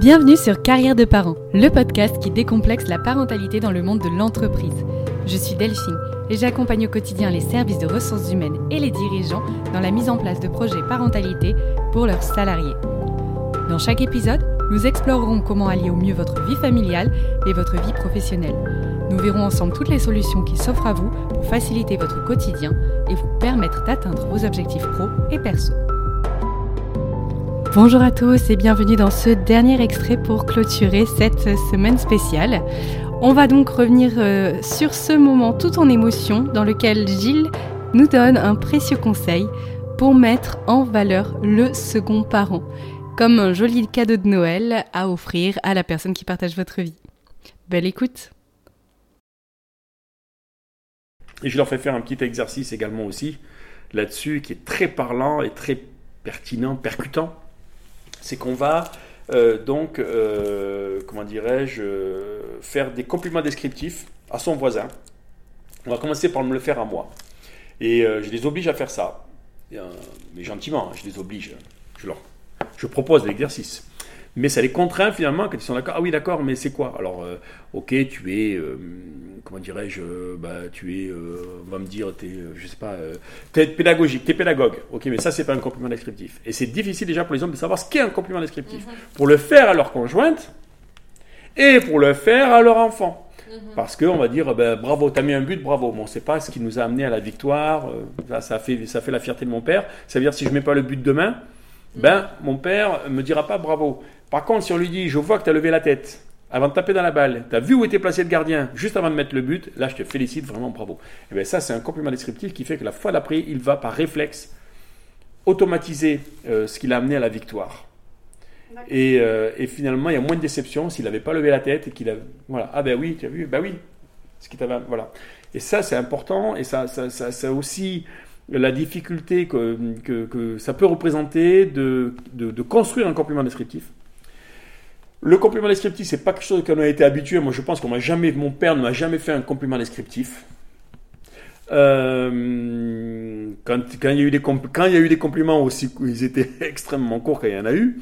Bienvenue sur Carrière de parents, le podcast qui décomplexe la parentalité dans le monde de l'entreprise. Je suis Delphine et j'accompagne au quotidien les services de ressources humaines et les dirigeants dans la mise en place de projets parentalité pour leurs salariés. Dans chaque épisode, nous explorerons comment allier au mieux votre vie familiale et votre vie professionnelle. Nous verrons ensemble toutes les solutions qui s'offrent à vous pour faciliter votre quotidien et vous permettre d'atteindre vos objectifs pro et perso. Bonjour à tous et bienvenue dans ce dernier extrait pour clôturer cette semaine spéciale. On va donc revenir sur ce moment tout en émotion dans lequel Gilles nous donne un précieux conseil pour mettre en valeur le second parent, comme un joli cadeau de Noël à offrir à la personne qui partage votre vie. Belle écoute! Et je leur fais faire un petit exercice également aussi là-dessus qui est très parlant et très pertinent, percutant. C'est qu'on va faire des compliments descriptifs à son voisin. On va commencer par me le faire à moi. Et je les oblige à faire ça. Mais gentiment, je les oblige. Je propose l'exercice. Mais ça les contraint finalement quand ils sont d'accord. Ah oui, d'accord, mais c'est quoi? Alors, ok, tu es, on va me dire, t'es pédagogique, t'es pédagogue. Ok, mais ça, c'est pas un compliment descriptif. Et c'est difficile déjà pour les hommes de savoir ce qu'est un compliment descriptif. Pour le faire à leur conjointe et pour le faire à leur enfant. Parce qu'on va dire, bravo, t'as mis un but, bravo. Bon, c'est pas ce qui nous a amené à la victoire. Ça fait la fierté de mon père. Ça veut dire si je mets pas le but demain, mon père me dira pas bravo. Par contre, si on lui dit, je vois que tu as levé la tête avant de taper dans la balle, tu as vu où était placé le gardien juste avant de mettre le but, là je te félicite, vraiment bravo. Et bien ça, c'est un compliment descriptif qui fait que la fois d'après, il va par réflexe automatiser ce qui l'a amené à la victoire. Et finalement, il y a moins de déception s'il n'avait pas levé la tête et qu'il a. Voilà, ah ben oui, tu as vu, oui. Ce qui t'avait. Voilà. Et ça, c'est important et ça aussi. La difficulté que ça peut représenter de construire un compliment descriptif. Le compliment descriptif, c'est pas quelque chose qu'on a été habitué. Moi, je pense mon père ne m'a jamais fait un compliment descriptif. Quand il y a eu des compliments aussi, ils étaient extrêmement courts quand il y en a eu.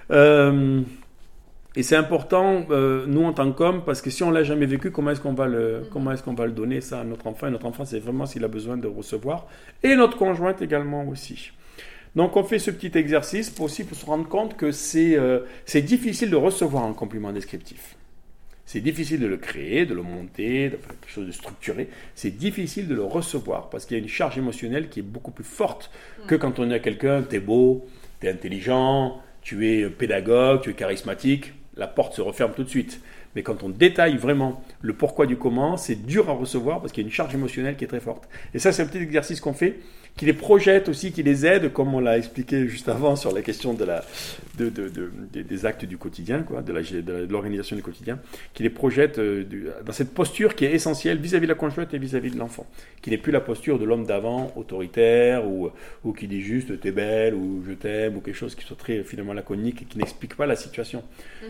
Et c'est important, nous en tant qu'hommes, parce que si on l'a jamais vécu, comment est-ce qu'on va le donner ça à notre enfant? Et notre enfant, c'est vraiment s'il a besoin de recevoir. Et notre conjointe également aussi. Donc on fait ce petit exercice pour se rendre compte que c'est difficile de recevoir un compliment descriptif. C'est difficile de le créer, de le monter, de faire quelque chose de structuré. C'est difficile de le recevoir parce qu'il y a une charge émotionnelle qui est beaucoup plus forte que quand on est à quelqu'un, t'es beau, t'es intelligent, tu es pédagogue, tu es charismatique. La porte se referme tout de suite. Mais quand on détaille vraiment le pourquoi du comment, c'est dur à recevoir parce qu'il y a une charge émotionnelle qui est très forte. Et ça, c'est un petit exercice qu'on fait, qui les projette aussi, qui les aide, comme on l'a expliqué juste avant sur la question des actes du quotidien, de l'organisation du quotidien, qui les projette dans cette posture qui est essentielle vis-à-vis de la conjointe et vis-à-vis de l'enfant, qui n'est plus la posture de l'homme d'avant, autoritaire, ou qui dit juste « t'es belle » ou « je t'aime » ou quelque chose qui soit très finalement laconique et qui n'explique pas la situation.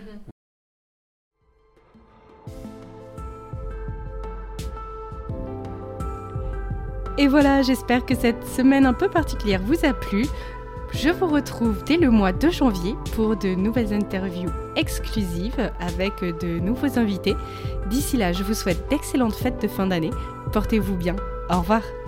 Et voilà, j'espère que cette semaine un peu particulière vous a plu. Je vous retrouve dès le mois de janvier pour de nouvelles interviews exclusives avec de nouveaux invités. D'ici là, je vous souhaite d'excellentes fêtes de fin d'année. Portez-vous bien. Au revoir.